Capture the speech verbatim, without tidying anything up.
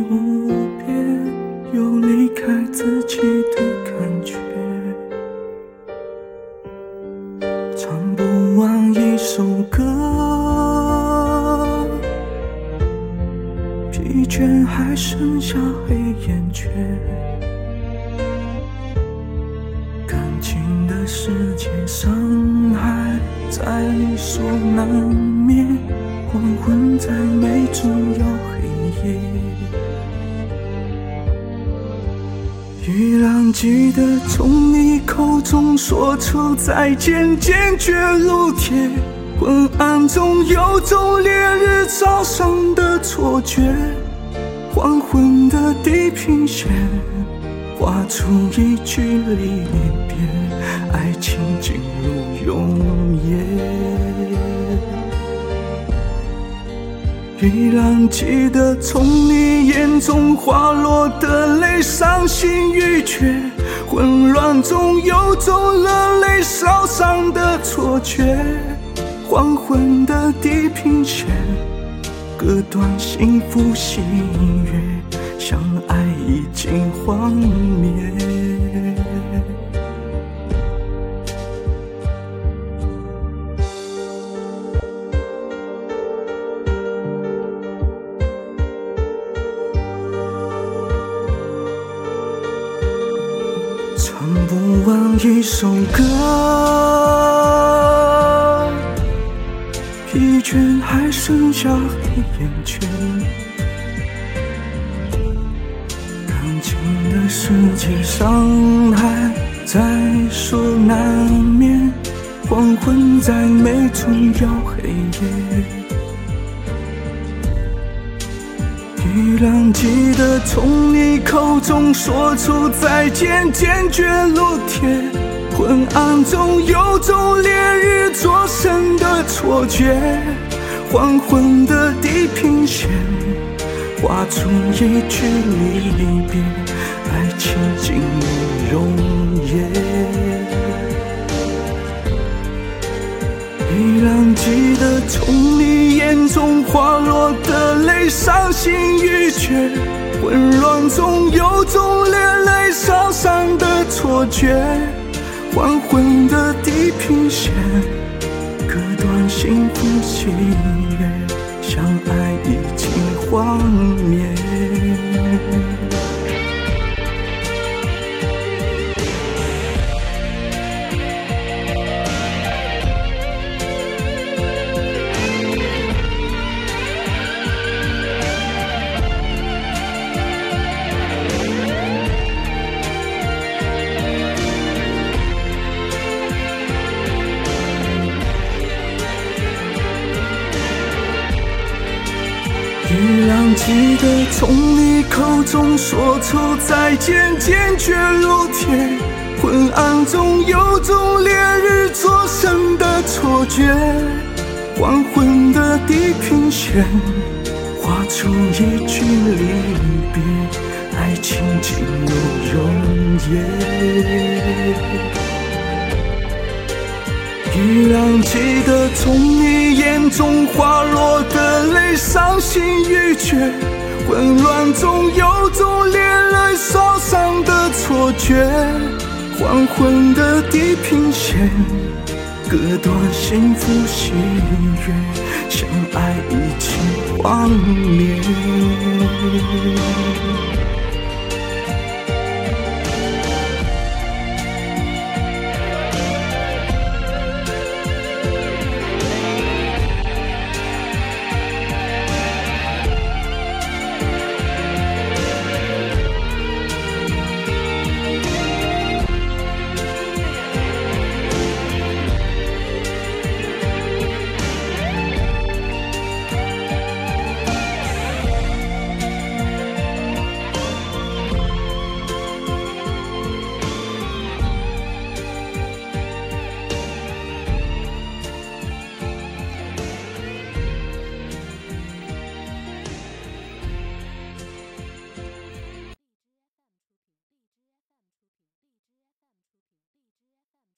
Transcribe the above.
无边，有离开自己的感觉，唱不完一首歌，疲倦还剩下黑眼圈，感情的世界伤害在所难免，黄昏再美总有黑夜。依然记得从你口中说出再见，坚决如铁，昏暗中有种烈日照上的错觉，黄昏的地平线画出一句离别，爱情进入永夜。依然记得从你眼中滑落的泪，伤心欲绝，混乱中有种热泪烧伤的错觉，黄昏的地平线割断幸福喜悦，相爱已经幻灭。唱不完一首歌，疲倦还剩下黑眼圈，感情的世界伤害在所难免，黄昏再美总要黑夜。依然记得从你口中说出再见，坚决如铁，昏暗中有种烈日灼身的错觉，黄昏的地平线画出一句离别，爱情进入永夜。依然记得从你眼中滑落的泪，伤心欲绝，混乱中有种烈泪烧伤的错觉，黄昏的地平线割断幸福喜悦，相爱已经幻灭。依然记得从你口中说出再见，坚决如铁，昏暗中有种烈日灼身的错觉，黄昏的地平线画出一句离别，爱情进入永夜。依然记得从你眼中滑落的泪，伤心欲绝，混乱中有种烈日烧伤的错觉，黄昏的地平线割断幸福喜悦，相爱已经幻灭。